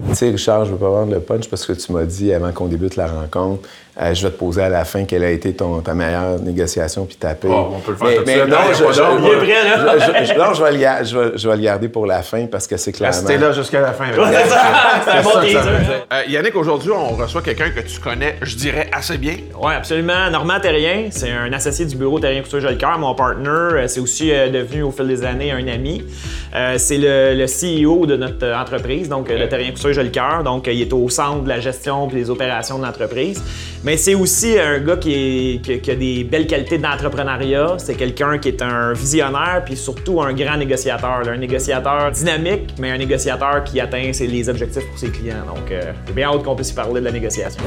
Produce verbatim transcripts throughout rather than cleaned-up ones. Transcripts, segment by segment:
Tu sais, Richard, je veux pas vendre le punch parce que tu m'as dit avant qu'on débute la rencontre, euh, je vais te poser à la fin quelle a été ton, ta meilleure négociation puis ta paye. Oh, on peut le faire mais, tout mais ça. non, je, je, je, je, prêt, là. je, je, non, je vais, le, je, vais, je vais le garder pour la fin parce que c'est clairement... Restez là jusqu'à la fin. C'est ça, c'est un bon teaser. Euh, Yannick, aujourd'hui, on reçoit quelqu'un que tu connais, je dirais, assez bien. Oui, absolument. Normand Terrien, c'est un associé du bureau Terrien Couture Jolicoeur, mon partner. C'est aussi euh, devenu au fil des années un ami. Euh, c'est le, le C E O de notre euh, entreprise, donc euh, le Terrien Couture Jolicoeur. Donc, euh, il est au centre de la gestion et des opérations de l'entreprise. Mais c'est aussi un gars qui, est, qui, qui a des belles qualités d'entrepreneuriat. C'est quelqu'un qui est un visionnaire puis surtout un grand négociateur. Là. Un négociateur dynamique, mais un négociateur qui atteint ses, les objectifs pour ses clients. Donc, euh, j'ai bien hâte qu'on puisse y parler de la négociation.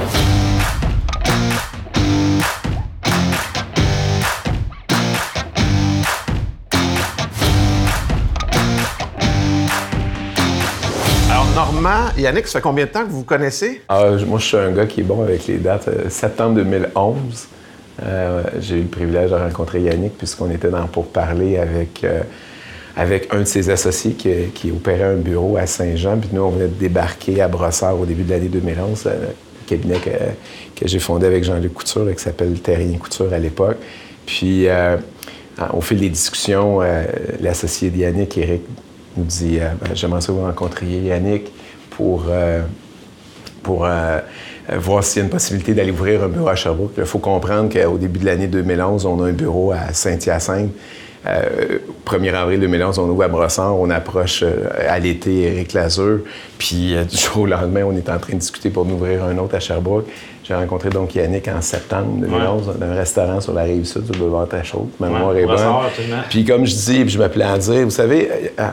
Normand, Yannick, ça fait combien de temps que vous vous connaissez? Ah, moi, je suis un gars qui est bon avec les dates. Euh, septembre deux mille onze, euh, j'ai eu le privilège de rencontrer Yannick puisqu'on était dans pourparlers avec, euh, avec un de ses associés qui, qui opérait un bureau à Saint-Jean. Puis nous, on venait de débarquer à Brossard au début de l'année deux mille onze, euh, le cabinet que, que j'ai fondé avec Jean-Luc Couture, là, qui s'appelle Terrien Couture à l'époque. Puis, euh, au fil des discussions, euh, l'associé de Yannick, Éric, nous dit euh, ben, j'aimerais ça vous rencontrer Yannick pour, euh, pour euh, voir s'il y a une possibilité d'aller ouvrir un bureau à Sherbrooke. Il faut comprendre qu'au début de l'année deux mille onze, on a un bureau à Saint-Hyacinthe. Euh, premier avril deux mille onze, on ouvre à Brossard. On approche euh, à l'été Éric Lazur. Puis euh, du jour au lendemain, on est en train de discuter pour en ouvrir un autre à Sherbrooke. J'ai rencontré donc Yannick en septembre deux mille onze ouais. dans un restaurant sur la rive sud du boulevard Tachereau. Ma mémoire est bonne. Puis comme je dis, puis je m'appelais à dire, vous savez, euh,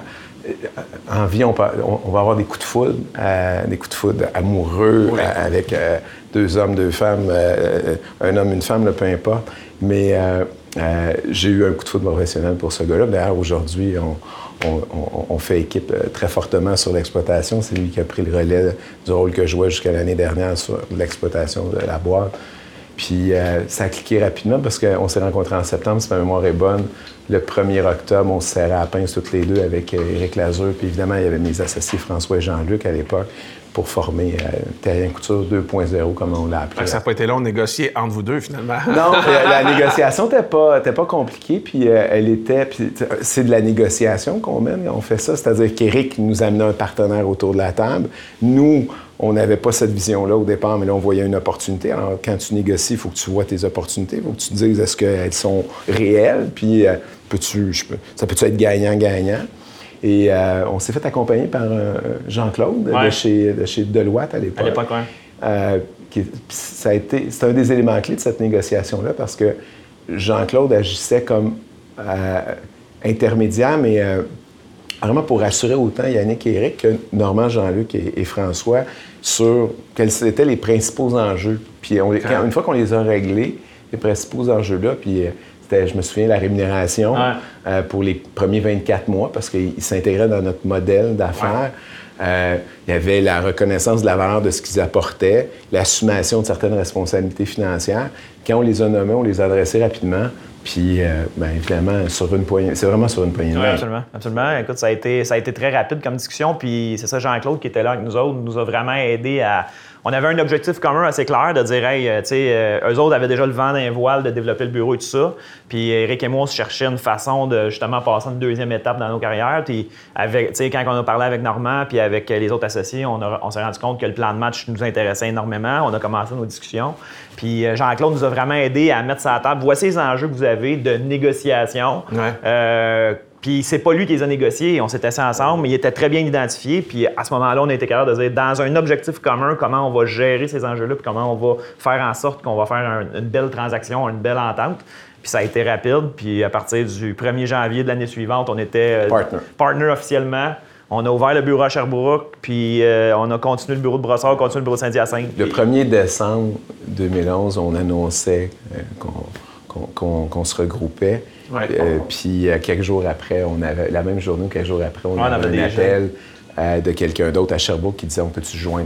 en vie, on, peut, on, on va avoir des coups de foudre, euh, des coups de foudre amoureux oui. euh, avec euh, deux hommes, deux femmes, euh, un homme, une femme, là, peu importe. Mais euh, euh, j'ai eu un coup de foudre professionnel pour ce gars-là. D'ailleurs, aujourd'hui, on, on, on, on fait équipe très fortement sur l'exploitation. C'est lui qui a pris le relais du rôle que je jouais jusqu'à l'année dernière sur l'exploitation de la boîte. Puis euh, ça a cliqué rapidement parce qu'on s'est rencontrés en septembre, si ma mémoire est bonne. Le premier octobre, on se serrait à la pince toutes les deux avec Éric Lazur. Puis évidemment, il y avait mes associés François et Jean-Luc à l'époque pour former euh, Terrien Couture deux point zéro, comme on l'a appelé. Ça n'a pas été long de négocier entre vous deux, finalement. Non, la, la négociation n'était pas, pas compliquée. Puis euh, elle était... Puis c'est de la négociation qu'on mène quand on fait ça. C'est-à-dire qu'Éric nous amenait un partenaire autour de la table. Nous... On n'avait pas cette vision-là au départ, mais là, on voyait une opportunité. Alors, quand tu négocies, il faut que tu vois tes opportunités. Il faut que tu te dises, est-ce qu'elles sont réelles? Puis, euh, peux-tu, je peux, ça peut-tu être gagnant-gagnant? Et euh, on s'est fait accompagner par euh, Jean-Claude ouais. de, chez, de chez Deloitte à l'époque. À l'époque, oui. Euh, qui, ça a été, c'est un des éléments clés de cette négociation-là parce que Jean-Claude agissait comme euh, intermédiaire, mais... Euh, vraiment pour rassurer autant Yannick et Éric que Normand, Jean-Luc et, et François sur quels étaient les principaux enjeux. Puis on, quand, une fois qu'on les a réglés, les principaux enjeux-là, puis c'était, je me souviens, la rémunération ouais. euh, pour les premiers vingt-quatre mois parce qu'ils s'intégraient dans notre modèle d'affaires. Ouais. Euh, il y avait la reconnaissance de la valeur de ce qu'ils apportaient, l'assumation de certaines responsabilités financières. Quand on les a nommés, on les a adressés rapidement. Puis, euh, bien évidemment, sur une poignée, c'est vraiment sur une poignée de main. Oui, absolument, absolument. Écoute, ça a été, ça a été très rapide comme discussion. Puis, c'est ça, Jean-Claude qui était là avec nous autres, nous a vraiment aidé à. On avait un objectif commun assez clair de dire, hey, tu sais, euh, eux autres avaient déjà le vent d'un voile de développer le bureau et tout ça. Puis, Éric et moi, on se cherchait une façon de justement passer une deuxième étape dans nos carrières. Puis, avec, tu sais, quand on a parlé avec Normand puis avec les autres associés, on, a, on s'est rendu compte que le plan de match nous intéressait énormément. On a commencé nos discussions. Puis, Jean-Claude nous a vraiment aidé à mettre ça à la table. Voici les enjeux que vous avez de négociation. Ouais. Euh, Puis c'est pas lui qui les a négociés, on s'est assis ensemble, mais il était très bien identifié. Puis à ce moment-là, on a été capable de dire, dans un objectif commun, comment on va gérer ces enjeux-là, puis comment on va faire en sorte qu'on va faire un, une belle transaction, une belle entente. Puis ça a été rapide. Puis à partir du premier janvier de l'année suivante, on était euh, partner. partner officiellement. On a ouvert le bureau à Sherbrooke, puis euh, on a continué le bureau de Brossard, continué le bureau de Saint-Hyacinthe. Le premier décembre deux mille onze, on annonçait euh, qu'on, qu'on, qu'on, qu'on se regroupait. Ouais. Euh, puis euh, quelques jours après, on avait la même journée, quelques jours après, on, ouais, avait, on avait un appel euh, de quelqu'un d'autre à Sherbrooke qui disait « On peut-tu joindre à vous? »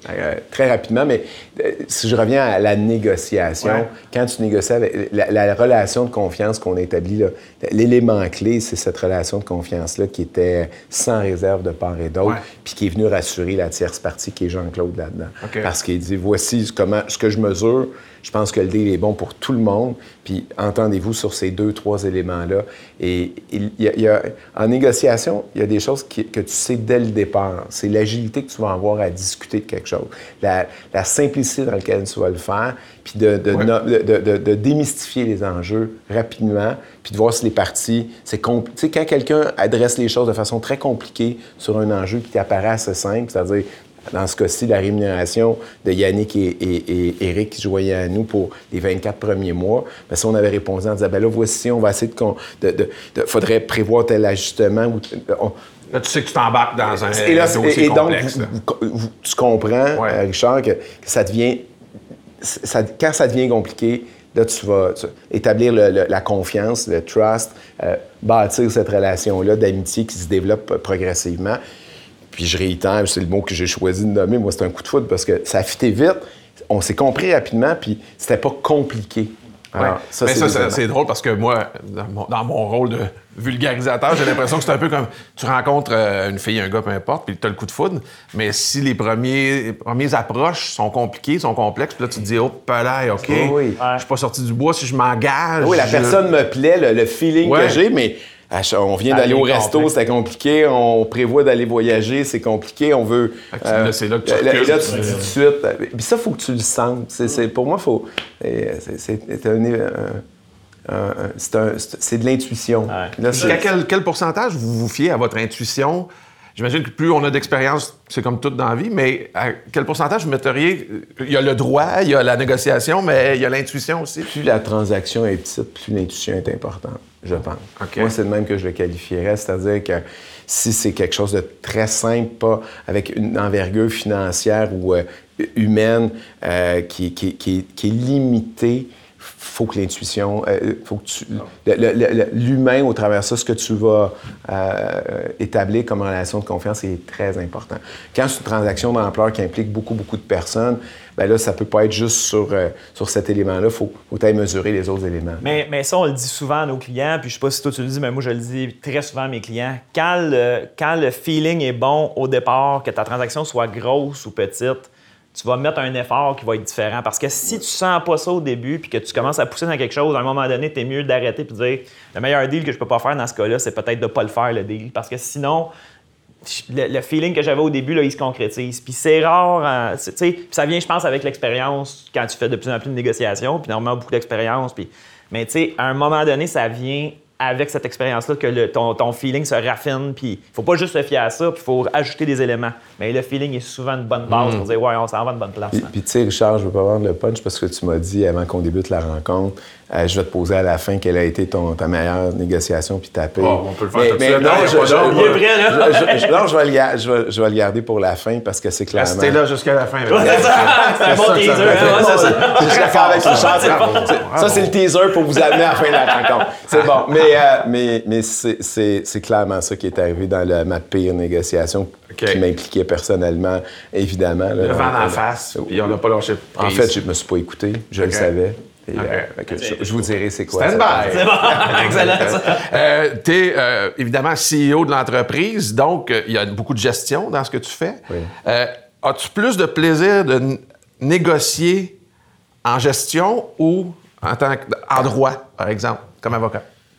euh, très rapidement, mais euh, si je reviens à la négociation, ouais. quand tu négocies avec la, la relation de confiance qu'on a établie, là, l'élément clé, c'est cette relation de confiance-là qui était sans réserve de part et d'autre, ouais. puis qui est venu rassurer la tierce partie qui est Jean-Claude là-dedans. Okay. Parce qu'il dit, voici comment, ce que je mesure, je pense que le deal est bon pour tout le monde, puis entendez-vous sur ces deux, trois éléments-là. Et il y a, il y a, en négociation, il y a des choses qui, que tu sais dès le départ. C'est l'agilité que tu vas avoir à discuter de quelque chose, la, la simplicité dans laquelle tu vas le faire, puis de, de, ouais. no, de, de, de, de démystifier les enjeux rapidement, puis de voir si les parties... C'est compl... Tu sais, quand quelqu'un adresse les choses de façon très compliquée sur un enjeu qui t'apparaît assez simple, c'est-à-dire... Dans ce cas-ci, la rémunération de Yannick et, et, et Éric qui se joignaient à nous pour les vingt-quatre premiers mois, bien, si on avait répondu en disant, bien là, voici, on va essayer de... de, de, de faudrait prévoir tel ajustement. Ou, on... Là, tu sais que tu t'embarques dans un, et là, un dossier et complexe. Donc, vous, vous, tu comprends, ouais. Richard, que, que ça devient... Ça, quand ça devient compliqué, là, tu vas tu, établir le, le, la confiance, le trust, euh, bâtir cette relation-là d'amitié qui se développe progressivement. Puis je réitère, c'est le mot que j'ai choisi de nommer, moi, c'est un coup de foudre parce que ça a fité vite, on s'est compris rapidement, puis c'était pas compliqué. Alors, ouais. ça, Mais c'est, ça, c'est drôle parce que moi, dans mon, dans mon rôle de vulgarisateur, j'ai l'impression que c'est un peu comme tu rencontres euh, une fille, un gars, peu importe, puis tu as le coup de foudre. Mais si les premiers, les premières approches sont compliquées, sont complexes, puis là, tu te dis, oh, palais, OK, oui, oui. Ouais. Je suis pas sorti du bois si je m'engage. Oui, la je... personne me plaît, le, le feeling ouais. que j'ai, mais. On vient d'aller au resto, complexe. C'était compliqué. On prévoit d'aller voyager, c'est compliqué. On veut. Euh, là, c'est là que tu là, recules, là, tu dis tout de suite. Puis ça, il faut que tu le sentes. C'est, c'est, pour moi, faut. C'est, c'est, c'est, un, un, un, c'est, un, c'est de l'intuition. Ouais. Là, jusqu'à quel, quel pourcentage vous vous fiez à votre intuition? J'imagine que plus on a d'expérience, c'est comme tout dans la vie, mais à quel pourcentage vous metteriez? Il y a le droit, il y a la négociation, mais il y a l'intuition aussi. Plus la transaction est petite, plus l'intuition est importante, je pense. Okay. Moi, c'est le même que je le qualifierais, c'est-à-dire que si c'est quelque chose de très simple, pas avec une envergure financière ou euh, humaine euh, qui, qui, qui, qui est limitée, faut que l'intuition, euh, faut que tu, le, le, le, l'humain au travers de ça, ce que tu vas euh, établir comme relation de confiance est très important. Quand c'est une transaction d'ampleur qui implique beaucoup, beaucoup de personnes, bien là, ça peut pas être juste sur, euh, sur cet élément-là. Il faut, faut aller mesurer les autres éléments. Mais, mais ça, on le dit souvent à nos clients, puis je sais pas si toi tu le dis, mais moi, je le dis très souvent à mes clients. Quand le, quand le feeling est bon au départ, que ta transaction soit grosse ou petite, tu vas mettre un effort qui va être différent. Parce que si tu sens pas ça au début puis que tu commences à pousser dans quelque chose, à un moment donné, t'es mieux d'arrêter et de dire le meilleur deal que je peux pas faire dans ce cas-là, c'est peut-être de pas le faire, le deal. Parce que sinon, le, le feeling que j'avais au début, là, il se concrétise. Puis c'est rare, hein, tu sais, ça vient, je pense, avec l'expérience quand tu fais de plus en plus de négociations, puis normalement beaucoup d'expérience. Puis... Mais tu sais, à un moment donné, ça vient avec cette expérience-là que le, ton, ton feeling se raffine, puis il faut pas juste se fier à ça, puis il faut ajouter des éléments. Mais le feeling est souvent une bonne base mmh. pour dire « ouais, on s'en va une bonne place ». Puis tu sais, Richard, je veux pas vendre le punch parce que tu m'as dit avant qu'on débute la rencontre, euh, je vais te poser à la fin quelle a été ton, ta meilleure négociation puis ta paye. Oh, on peut le faire mais, tout mais, mais non, je, je, je, il est prêt, là! Je, je, non, je vais, le, je, vais, je vais le garder pour la fin parce que c'est clairement... Restez là jusqu'à la fin. C'est ça! C'est un bon teaser. Je suis d'accord avec Richard. Ça, c'est le teaser pour vous amener à la fin de la rencontre. C'est bon. Mais, euh, mais, mais c'est, c'est, c'est clairement ça qui est arrivé dans le, ma pire négociation okay. qui m'impliquait personnellement, évidemment. Là, le vent en face, puis on n'a pas lâché prise. En fait, je ne me suis pas écouté. Je okay. le savais. Et, okay. euh, okay. je, je vous dirai c'est quoi. Stand by! C'est bon! Excellent, ça! Euh, tu es euh, évidemment C E O de l'entreprise, donc il euh, y a beaucoup de gestion dans ce que tu fais. Oui. Euh, as-tu plus de plaisir de n- négocier en gestion ou en, tant que, en droit, par exemple, comme avocat?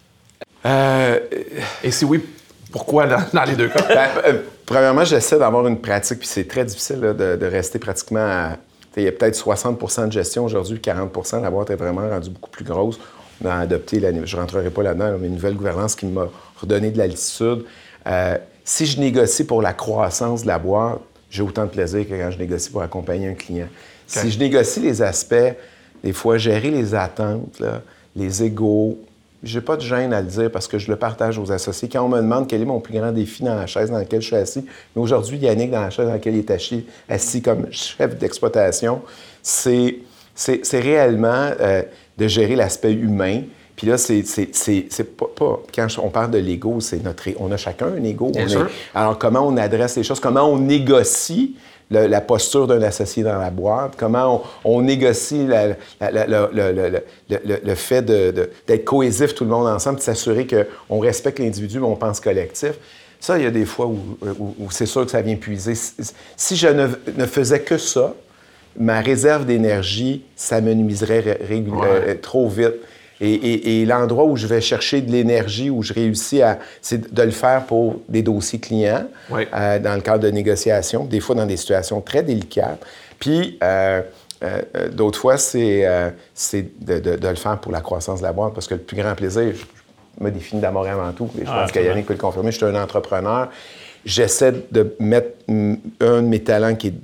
Euh, Et si oui, pourquoi dans, dans les deux cas? Ben, euh, premièrement, j'essaie d'avoir une pratique, puis c'est très difficile là, de, de rester pratiquement à... Il y a peut-être soixante pour cent de gestion aujourd'hui, quarante pour cent. La boîte est vraiment rendue beaucoup plus grosse. On a adopté, la, je ne rentrerai pas là-dedans, mais une nouvelle gouvernance qui m'a redonné de l'altitude. Euh, si je négocie pour la croissance de la boîte, j'ai autant de plaisir que quand je négocie pour accompagner un client. Okay. Si je négocie les aspects, des fois, gérer les attentes, là, les égos, j'ai pas de gêne à le dire parce que je le partage aux associés. Quand on me demande quel est mon plus grand défi dans la chaise dans laquelle je suis assis, mais aujourd'hui, Yannick, dans la chaise dans laquelle il est assis, assis comme chef d'exploitation, c'est, c'est, c'est réellement euh, de gérer l'aspect humain. Puis là, c'est, c'est, c'est, c'est pas, pas... Quand on parle de l'ego, c'est notre... On a chacun un ego. On est... Alors, comment on adresse les choses, comment on négocie le, la posture d'un associé dans la boîte, comment on, on négocie la, la, la, la, le, le, le, le fait de, de, d'être cohésif tout le monde ensemble, de s'assurer qu'on respecte l'individu, mais on pense collectif. Ça, il y a des fois où, où, où c'est sûr que ça vient puiser. Si je ne, ne faisais que ça, ma réserve d'énergie s'amenuiserait ré, ré, ouais. euh, trop vite. Et, et, et l'endroit où je vais chercher de l'énergie, où je réussis à... c'est de le faire pour des dossiers clients, oui. euh, dans le cadre de négociations, des fois dans des situations très délicates. Puis, euh, euh, d'autres fois, c'est, euh, c'est de, de, de le faire pour la croissance de la boîte, parce que le plus grand plaisir, je me définis d'amour avant tout, et je ah, pense que Yannick peut le confirmer, je suis un entrepreneur. J'essaie de mettre un de mes talents qui est...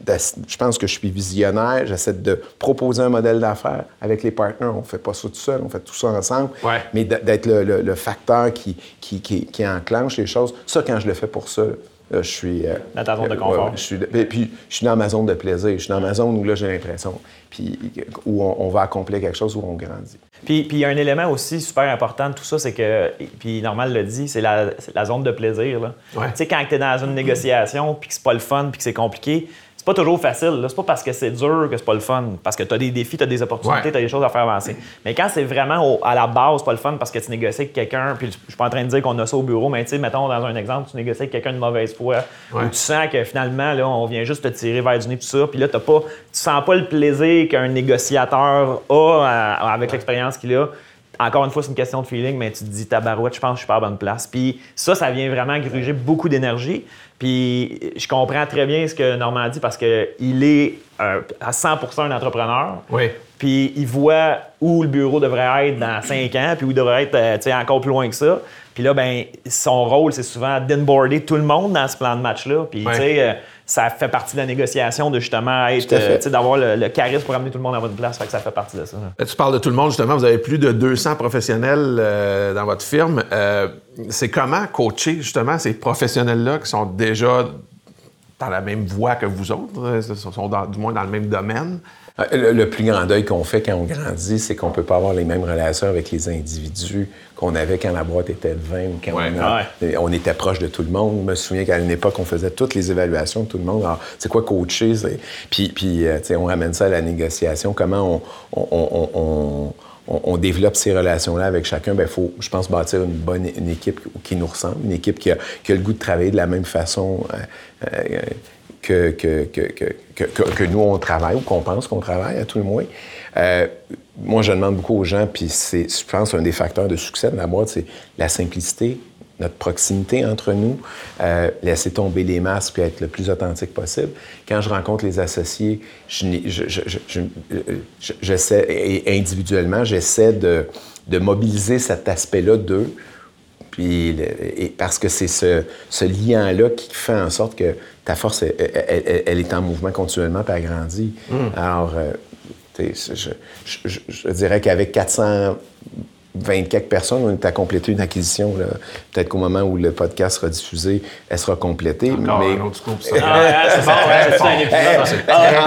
Je pense que je suis visionnaire. J'essaie de proposer un modèle d'affaires avec les partenaires. On ne fait pas ça tout seul, on fait tout ça ensemble. Ouais. Mais d'être le, le, le facteur qui, qui, qui, qui enclenche les choses, ça, quand je le fais pour ça, là, je suis... Euh, dans ta zone de confort. Ouais, je suis, et puis, je suis dans ma zone de plaisir. Je suis dans ma zone où là, j'ai l'impression, puis où on, on va accomplir quelque chose, où on grandit. Puis il y a un élément aussi super important de tout ça, c'est que, puis Normal le dit, c'est la, c'est la zone de plaisir. Là. Ouais. Tu sais, quand tu es dans une négociation, puis que c'est pas le fun, puis que c'est compliqué, c'est pas toujours facile. Là. C'est pas parce que c'est dur que c'est pas le fun. Parce que tu as des défis, tu as des opportunités, ouais. tu as des choses à faire avancer. Mais quand c'est vraiment au, à la base, c'est pas le fun parce que tu négocies avec quelqu'un, puis je suis pas en train de dire qu'on a ça au bureau, mais tu sais, mettons dans un exemple, tu négocies avec quelqu'un de mauvaise foi, ouais. où tu sens que finalement, là, on vient juste te tirer vers du nez, tout ça, puis là, t'as pas, tu sens pas le plaisir qu'un négociateur a à, avec ouais. l'expérience qu'il a. Encore une fois, c'est une question de feeling, mais tu te dis, tabarouette, je pense que je suis pas à bonne place. Puis ça, ça vient vraiment gruger beaucoup d'énergie. Puis je comprends très bien ce que Normand dit parce qu'il est euh, à cent pour cent un entrepreneur. Oui. Puis il voit où le bureau devrait être dans cinq ans, puis où il devrait être euh, encore plus loin que ça. Puis là, ben son rôle, c'est souvent d'inboarder tout le monde dans ce plan de match-là. Puis, tu sais, euh, ça fait partie de la négociation de justement être, euh, d'avoir le, le charisme pour amener tout le monde à votre place. Fait que ça fait partie de ça. Là, tu parles de tout le monde, justement. Vous avez plus de deux cents professionnels euh, dans votre firme. Euh, c'est comment coacher, justement, ces professionnels-là qui sont déjà dans la même voie que vous autres, sont dans, du moins dans le même domaine? Le, le plus grand deuil qu'on fait quand on grandit, c'est qu'on ne peut pas avoir les mêmes relations avec les individus qu'on avait quand la boîte était de vingt ou quand ouais, on, a, ouais. on était proche de tout le monde. Je me souviens qu'à une époque, on faisait toutes les évaluations de tout le monde. Alors, c'est quoi coacher? C'est... Puis, puis euh, on ramène ça à la négociation. Comment on, on, on, on, on, on développe ces relations-là avec chacun? Bien, il faut, je pense, bâtir une bonne une équipe qui nous ressemble, une équipe qui a, qui a le goût de travailler de la même façon euh, euh, Que, que, que, que, que, que nous, on travaille ou qu'on pense qu'on travaille, à tout le moins. Euh, moi, je demande beaucoup aux gens, puis c'est, je pense, un des facteurs de succès de la boîte, c'est la simplicité, notre proximité entre nous, euh, laisser tomber les masques puis être le plus authentique possible. Quand je rencontre les associés, je, je, je, je, je, je, j'essaie, et individuellement, j'essaie de, de mobiliser cet aspect-là d'eux. Puis, et parce que c'est ce, ce lien-là qui fait en sorte que ta force, elle, elle, elle est en mouvement continuellement puis elle grandit. Mm. Alors, euh, je, je, je, je dirais qu'avec quatre cent vingt quelques personnes, on est à compléter une acquisition. Là. Peut-être qu'au moment où le podcast sera diffusé, elle sera complétée. Encore mais... un autre scoop, ça. Ah, ouais, c'est bon, ouais, c'est un épisode. En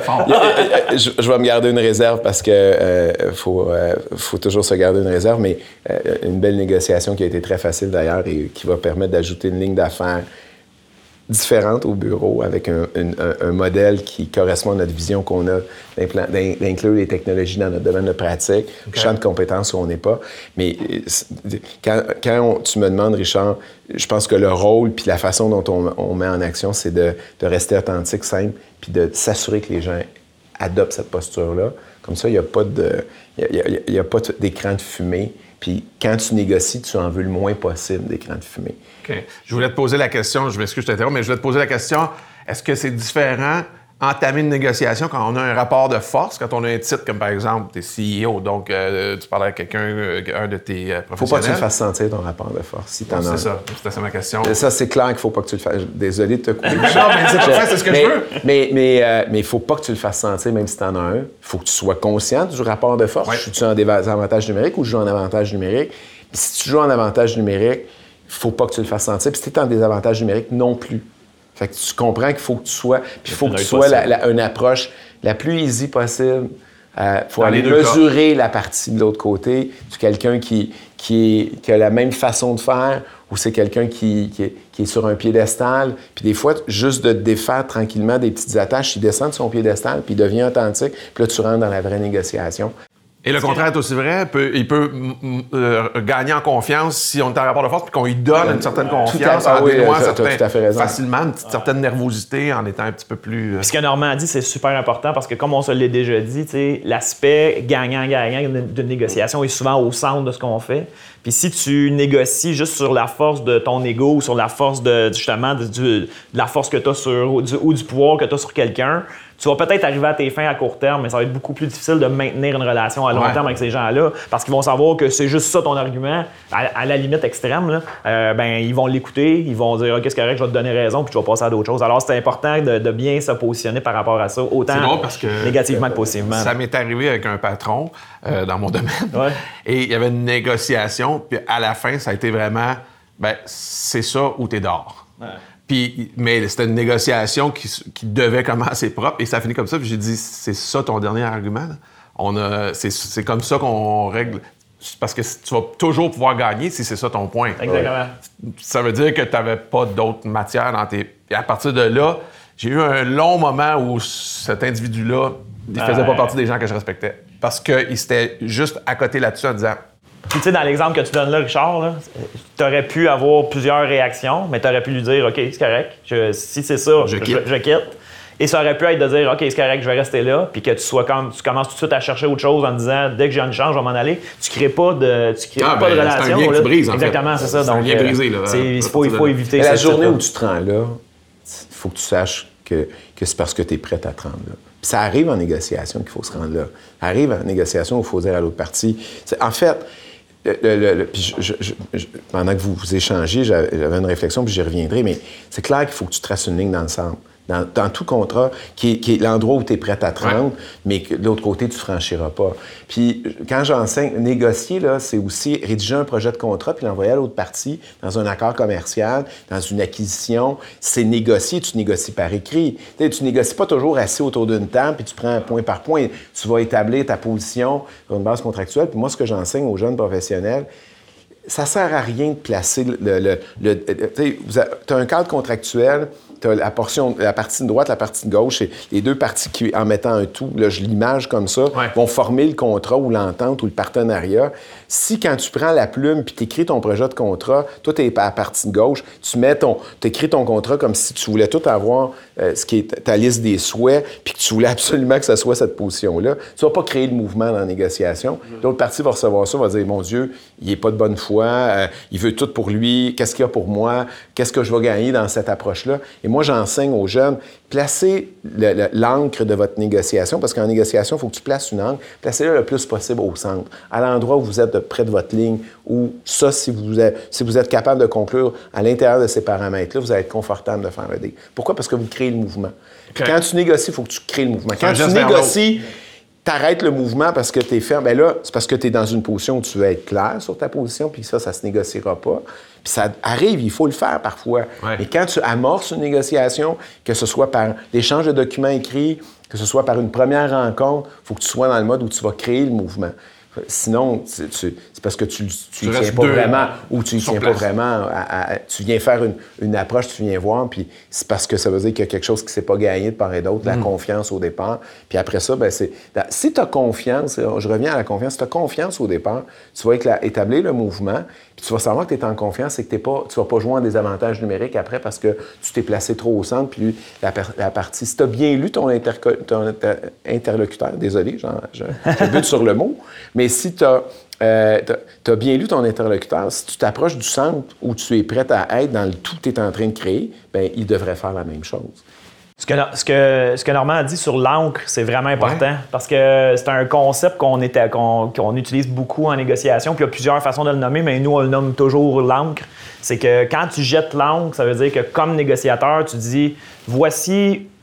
fait, je, je vais me garder une réserve parce que euh, faut, euh, faut toujours se garder une réserve, mais euh, une belle négociation qui a été très facile d'ailleurs et qui va permettre d'ajouter une ligne d'affaires différente au bureau avec un, un, un modèle qui correspond à notre vision qu'on a d'inclure les technologies dans notre domaine de pratique, okay. champ de compétences où on n'est pas. Mais quand, quand on, tu me demandes, Richard, je pense que le rôle puis la façon dont on, on met en action, c'est de, de rester authentique, simple, puis de s'assurer que les gens adoptent cette posture-là. Comme ça, il n'y a pas de, il y a, il y a pas d'écran de fumée. Puis quand tu négocies, tu en veux le moins possible d'écran de fumée. OK. Je voulais te poser la question, je m'excuse, je t'interromps, mais je voulais te poser la question, est-ce que c'est différent entamer une négociation quand on a un rapport de force, quand on a un titre comme par exemple, tu es C E O, donc euh, tu parles avec quelqu'un, euh, un de tes euh, professionnels. Faut pas que tu le fasses sentir ton rapport de force. Si t'en c'est as... ça, c'était ça ma question. Et ça, c'est clair qu'il faut pas que tu le fasses. Désolé de te couper. Non, mais c'est pas ça, c'est ce que mais, je veux. Mais mais euh, mais il faut pas que tu le fasses sentir, même si tu en as un. Il faut que tu sois conscient du rapport de force. Ouais. Je suis en désavantage numérique ou je joue en avantage numérique? Puis si tu joues en avantage numérique, il faut pas que tu le fasses sentir. Puis si tu es en désavantage numérique, non plus. Fait que tu comprends qu'il faut que tu sois... Puis il faut que tu sois la, la, une approche la plus easy possible. Il euh, faut Dans aller mesurer cas. la partie de l'autre côté. Tu es quelqu'un qui, qui, est, qui a la même façon de faire, ou c'est quelqu'un qui, qui, est, qui est sur un piédestal. Puis des fois, juste de te défaire tranquillement des petites attaches, il descend de son piédestal, puis il devient authentique, puis là, tu rentres dans la vraie négociation. Et le contraire est aussi vrai. Peut, il peut euh, gagner en confiance si on est en rapport de force puis qu'on lui donne une certaine confiance en dénouant facilement une petite, certaine nervosité en étant un petit peu plus... Euh... Ce que Normand dit, c'est super important parce que comme on se l'a déjà dit, l'aspect gagnant-gagnant d'une négociation est souvent au centre de ce qu'on fait. Puis si tu négocies juste sur la force de ton ego ou sur la force de, justement, de, de, de la force que tu as sur, ou du, ou du pouvoir que tu as sur quelqu'un, tu vas peut-être arriver à tes fins à court terme, mais ça va être beaucoup plus difficile de maintenir une relation à long ouais. terme avec ces gens-là parce qu'ils vont savoir que c'est juste ça ton argument, à, à la limite extrême. Là, euh, ben, ils vont l'écouter, ils vont dire « OK, c'est correct, je vais te donner raison, puis tu vas passer à d'autres choses. » Alors, c'est important de, de bien se positionner par rapport à ça, autant parce que négativement que positivement. Ça m'est arrivé avec un patron euh, dans mon domaine, ouais. et il y avait une négociation, puis à la fin, ça a été vraiment « ben c'est ça ou t'es dehors. Ouais. » Puis, mais c'était une négociation qui, qui devait commencer propre et ça finit comme ça. Puis j'ai dit, c'est ça ton dernier argument? Là? On a, c'est, c'est comme ça qu'on règle. Parce que tu vas toujours pouvoir gagner si c'est ça ton point. Exactement. Ça veut dire que tu n'avais pas d'autres matières dans tes... Et à partir de là, j'ai eu un long moment où cet individu-là, il faisait euh... pas partie des gens que je respectais. Parce qu'il s'était juste à côté là-dessus en disant... Puis, tu sais, dans l'exemple que tu donnes là, Richard, tu aurais pu avoir plusieurs réactions, mais tu aurais pu lui dire « OK, c'est correct, je, si c'est ça, je, je, quitte. je, je quitte. » Et ça aurait pu être de dire « OK, c'est correct, je vais rester là. » Puis que tu sois comme, tu commences tout de suite à chercher autre chose en disant « Dès que j'ai une chance, je vais m'en aller. » Tu crées pas de, tu crées ah, pas ben, de relation. C'est un lien que tu brises, en Exactement, fait. c'est ça. C'est donc, un lien brisé, là. Il faut, il faut éviter ça. La journée type, où tu te rends là, il faut que tu saches que, que c'est parce que tu es prête à te rendre là. Puis ça arrive en négociation qu'il faut se rendre là. Ça arrive en négociation où il faut dire à l'autre partie. C'est, en fait, Le, le, le, puis je, je, je, pendant que vous, vous échangez, j'avais, j'avais une réflexion, puis j'y reviendrai, mais c'est clair qu'il faut que tu traces une ligne dans le centre. Dans, dans tout contrat, qui est, qui est l'endroit où tu es prêt à te rendre, ouais. mais que de l'autre côté, tu ne franchiras pas. Puis quand j'enseigne, négocier, là, c'est aussi rédiger un projet de contrat puis l'envoyer à l'autre partie dans un accord commercial, dans une acquisition. C'est négocier, tu négocies par écrit. T'sais, tu négocies pas toujours assis autour d'une table puis tu prends point par point. Tu vas établir ta position sur une base contractuelle. Puis moi, ce que j'enseigne aux jeunes professionnels, ça sert à rien de placer le... le, le, le tu as un cadre contractuel, tu as la portion, la partie de droite, la partie de gauche, et les deux parties qui, en mettant un tout, là, je l'image comme ça, ouais. vont former le contrat ou l'entente ou le partenariat. Si quand tu prends la plume puis tu écris ton projet de contrat, toi, tu es à la partie de gauche, tu mets ton, tu écris ton contrat comme si tu voulais tout avoir, euh, ce qui est ta liste des souhaits, puis que tu voulais absolument que ce soit cette position-là, tu vas pas créer le mouvement dans la négociation. Mm-hmm. L'autre partie va recevoir ça, va dire, mon Dieu, il est pas de bonne foi, euh, il veut tout pour lui, qu'est-ce qu'il y a pour moi, qu'est-ce que je vais gagner dans cette approche-là. Et moi, j'enseigne aux jeunes, placez le, le, l'encre de votre négociation, parce qu'en négociation, il faut que tu places une encre, placez-la le plus possible au centre, à l'endroit où vous êtes de près de votre ligne, où ça, si vous êtes, si vous êtes capable de conclure à l'intérieur de ces paramètres-là, vous allez être confortable de faire le deal. Pourquoi? Parce que vous créez le mouvement. Okay. Quand tu négocies, il faut que tu crées le mouvement. Quand tu négocies, t'arrêtes le mouvement parce que t'es ferme. Bien là, c'est parce que t'es dans une position où tu veux être clair sur ta position, puis ça, ça se négociera pas. Puis ça arrive, il faut le faire parfois. Ouais. Mais quand tu amorces une négociation, que ce soit par l'échange de documents écrits, que ce soit par une première rencontre, il faut que tu sois dans le mode où tu vas créer le mouvement. Sinon, c'est, c'est parce que tu ne tiens pas deux, vraiment ou tu ne tiens place. pas vraiment. À, à, tu viens faire une, une approche, tu viens voir, puis c'est parce que ça veut dire qu'il y a quelque chose qui ne s'est pas gagné de part et d'autre, mm. la confiance au départ. Puis après ça, ben c'est, si tu as confiance, je reviens à la confiance, si tu as confiance au départ, tu vas établir le mouvement, puis tu vas savoir que tu es en confiance et que t'es pas, tu ne vas pas jouer en désavantage numérique après parce que tu t'es placé trop au centre, puis la, la partie. Si tu as bien lu ton, interco- ton interlocuteur, désolé, genre, je, je bute sur le mot, mais si tu as euh, bien lu ton interlocuteur, si tu t'approches du centre où tu es prêt à être dans le tout que tu es en train de créer, bien, il devrait faire la même chose. Ce que, ce, que, ce que Normand a dit sur l'encre, c'est vraiment important ouais. parce que c'est un concept qu'on, était, qu'on, qu'on utilise beaucoup en négociation. Puis il y a plusieurs façons de le nommer, mais nous, on le nomme toujours l'encre. C'est que quand tu jettes l'encre, ça veut dire que comme négociateur, tu dis voici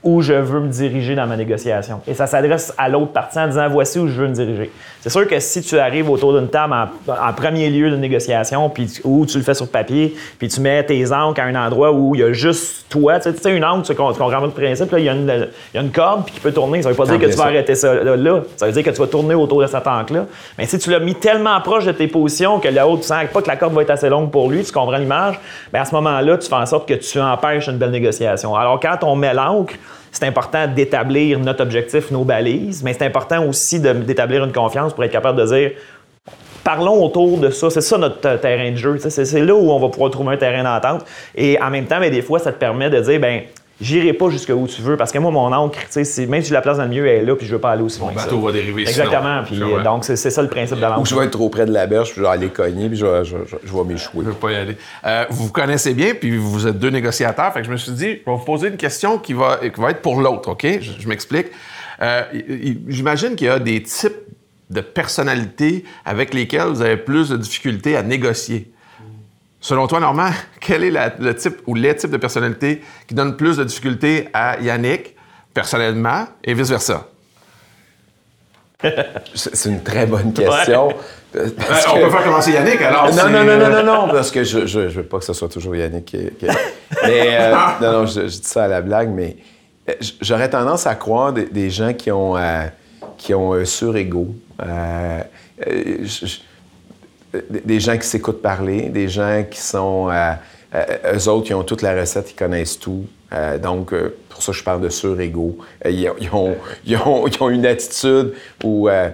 où je veux me diriger dans ma négociation. Et ça s'adresse à l'autre partie en disant, voici où je veux me diriger. C'est sûr que si tu arrives autour d'une table en, en premier lieu de négociation, puis où tu le fais sur papier, puis tu mets tes ancres à un endroit où il y a juste toi, tu sais, une ancre, tu comprends le principe, là, il y a une, il y a une corde puis qui peut tourner. Ça veut pas dire que tu vas arrêter ça là, là. Ça veut dire que tu vas tourner autour de cette ancre-là. Mais si tu l'as mis tellement proche de tes positions que l'autre, tu sens pas que la corde va être assez longue pour lui, tu comprends l'image, bien à ce moment-là, tu fais en sorte que tu empêches une belle négociation. Alors quand on met l'ancre, c'est important d'établir notre objectif, nos balises, mais c'est important aussi de, d'établir une confiance pour être capable de dire parlons autour de ça, c'est ça notre terrain de jeu, c'est, c'est là où on va pouvoir trouver un terrain d'entente. Et en même temps, bien, des fois, ça te permet de dire ben j'irai pas jusqu'où tu veux parce que moi, mon ancre, même si je la place dans le milieu, elle est là puis je veux pas aller aussi loin. Mon bateau va dériver. Exactement. Puis, euh, donc, c'est, c'est ça le principe de l'ancre. Ou je vais être trop près de la berge, puis je vais aller cogner, puis je vais, je, je, je vais m'échouer. Je ne veux pas y aller. Euh, vous vous connaissez bien, puis vous êtes deux négociateurs. Fait que je me suis dit, je vais vous poser une question qui va, qui va être pour l'autre, OK? Je, je m'explique. Euh, j'imagine qu'il y a des types de personnalités avec lesquelles vous avez plus de difficultés à négocier. Selon toi, Normand, quel est la, le type ou les types de personnalités qui donnent plus de difficultés à Yannick, personnellement, et vice-versa? C'est une très bonne question. Ouais. Euh, on peut faire commencer Yannick, alors. Non, non, non, non, non, non, parce que je, je, je veux pas que ce soit toujours Yannick qui... qui... Mais, euh, non, non, je, je dis ça à la blague, mais j'aurais tendance à croire des, des gens qui ont, euh, qui ont un sur-ego. Euh, je, je, des gens qui s'écoutent parler, des gens qui sont... Euh, euh, eux autres, qui ont toute la recette, ils connaissent tout. Euh, donc, euh, pour ça, je parle de sur-ego. Euh, ils, ils, ont, ils, ont, ils ont une attitude où, euh,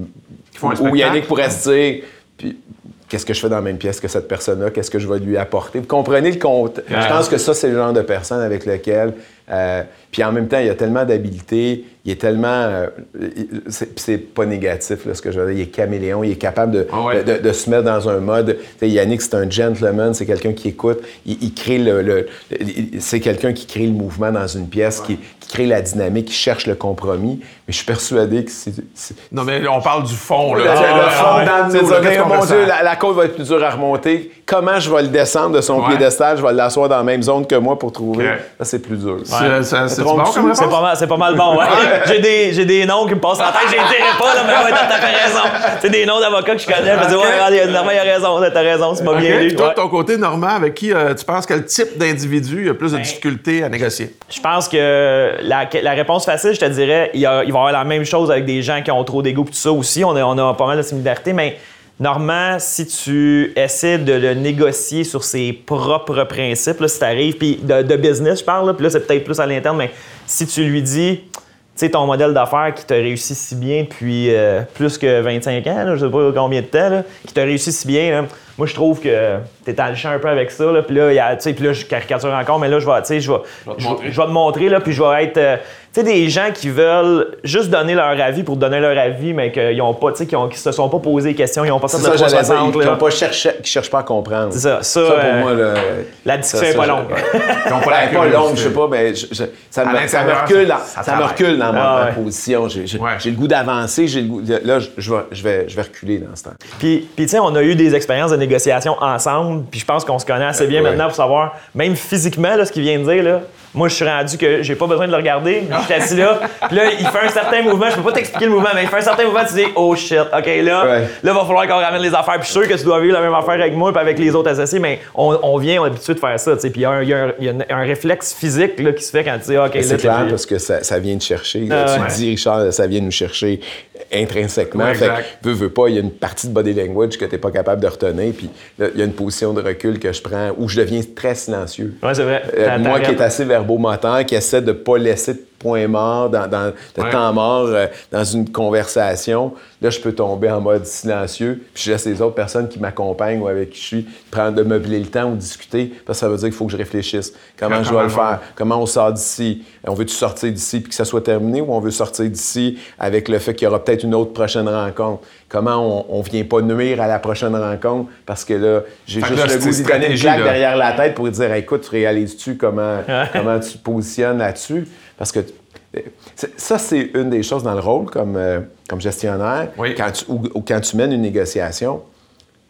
où Yannick pourrait se dire... Puis, qu'est-ce que je fais dans la même pièce que cette personne-là? Qu'est-ce que je vais lui apporter? Vous comprenez le compte? Yeah. Je pense que ça, c'est le genre de personne avec lequel... Euh, puis en même temps, il y a tellement d'habileté, il est tellement... Euh, c'est, c'est pas négatif, là, ce que je veux dire. Il est caméléon, il est capable de, oh ouais. de, de, de se mettre dans un mode... T'sais, Yannick, c'est un gentleman, c'est quelqu'un qui écoute, il, il crée le... le il, c'est quelqu'un qui crée le mouvement dans une pièce, ouais. qui, qui crée la dynamique, qui cherche le compromis. Mais je suis persuadé que c'est... c'est non, mais on parle du fond, là. Ah, le fond, dans le nous, là, mon Dieu, la, la côte va être plus dure à remonter. Comment je vais le descendre de son ouais. piédestal? Je vais l'asseoir dans la même zone que moi pour trouver. Okay. Ça, c'est plus dur. Ouais. C'est, c'est, bon, comme c'est, pas mal, c'est pas mal bon. Ouais. j'ai, des, j'ai des noms qui me passent en tête. Je les dirai pas, là, mais ouais, t'as fait raison. C'est des noms d'avocats que je connais. Je me dis, ouais, Normand, il a raison. T'as raison, c'est pas okay. bien lu. Toi, de ton côté, Normand, avec qui euh, tu penses quel type d'individu a plus de difficultés à négocier? Je pense que la, la réponse facile, je te dirais, il, y a, il va y avoir la même chose avec des gens qui ont trop d'ego et tout ça aussi. On a, on a pas mal de similarités, mais Normand, si tu essaies de le négocier sur ses propres principes, là, si tu arrives, puis de, de business, je parle, là, puis là, c'est peut-être plus à l'interne, mais si tu lui dis, tu sais, ton modèle d'affaires qui t'a réussi si bien depuis euh, plus que vingt-cinq ans, là, je sais pas combien de temps, là, qui t'a réussi si bien, là, moi, je trouve que t'es dans le champ un peu avec ça, là, puis là, y a, puis là, je caricature encore, mais là, je vais, tu sais, je vais, je vais, je vais te montrer, là, puis je vais être... Euh, tu sais, des gens qui veulent juste donner leur avis pour donner leur avis, mais qu'ils ont pas, tu sais, qui, ont, qui se sont pas posé des questions, ils ont pas fait de trois cent soixante. Ils n'ont pas cherché, qui cherchent pas à comprendre. C'est ça. Ça, ça pour euh, moi, le, la discussion n'est pas longue. Ils n'ont pas, pas longue, je sais pas, mais je, je, ça, me, ça me recule dans, ça ça me recule dans ah, ma, ouais. ma position. J'ai, j'ai, ouais. j'ai le goût d'avancer, j'ai le goût, là, je, je, vais, je, vais, je vais reculer dans ce temps. Puis, puis tu sais, on a eu des expériences de négociation ensemble, puis je pense qu'on se connaît assez bien ouais. maintenant pour savoir, même physiquement, là, ce qu'il vient de dire, là. Moi, je suis rendu que j'ai pas besoin de le regarder. Je suis assis là. Puis là, il fait un certain mouvement. Je peux pas t'expliquer le mouvement, mais il fait un certain mouvement. Tu dis, oh shit, OK, là, ouais. là, il va falloir qu'on ramène les affaires. Puis je suis sûr que tu dois vivre la même affaire avec moi et avec les autres associés, mais on, on vient, on est habitué de faire ça. Puis il y a, un, y a, un, y a un réflexe physique là, qui se fait quand tu dis, OK, là, c'est clair puis... parce que ça, ça vient de chercher. Là, euh, tu ouais. dis, Richard, ça vient nous chercher intrinsèquement. Ouais, fait que, veux, veux pas, il y a une partie de body language que tu n'es pas capable de retenir. Puis il y a une position de recul que je prends où je deviens très silencieux. Oui, c'est vrai. Euh, moi qui est assez verbomoteur, qui essaie de ne pas laisser de point mort, dans, dans, de ouais. temps mort euh, dans une conversation, là, je peux tomber en mode silencieux. Puis je laisse les autres personnes qui m'accompagnent ou avec qui je suis prendre de meubler le temps ou discuter, parce que ça veut dire qu'il faut que je réfléchisse. Comment, Comment je vais le faire? Comment on sort d'ici? On veut-tu sortir d'ici puis que ça soit terminé ou on veut sortir d'ici avec le fait qu'il y aura peut-être une autre prochaine rencontre? Comment on ne vient pas nuire à la prochaine rencontre parce que là, j'ai fait juste là, le goût d'y donner une claque là. Derrière la tête pour lui dire hey, « Écoute, tu réalises-tu comment, comment tu te positionnes là-dessus? » Parce que ça, c'est une des choses dans le rôle comme, euh, comme gestionnaire, oui. quand tu, ou, ou quand tu mènes une négociation.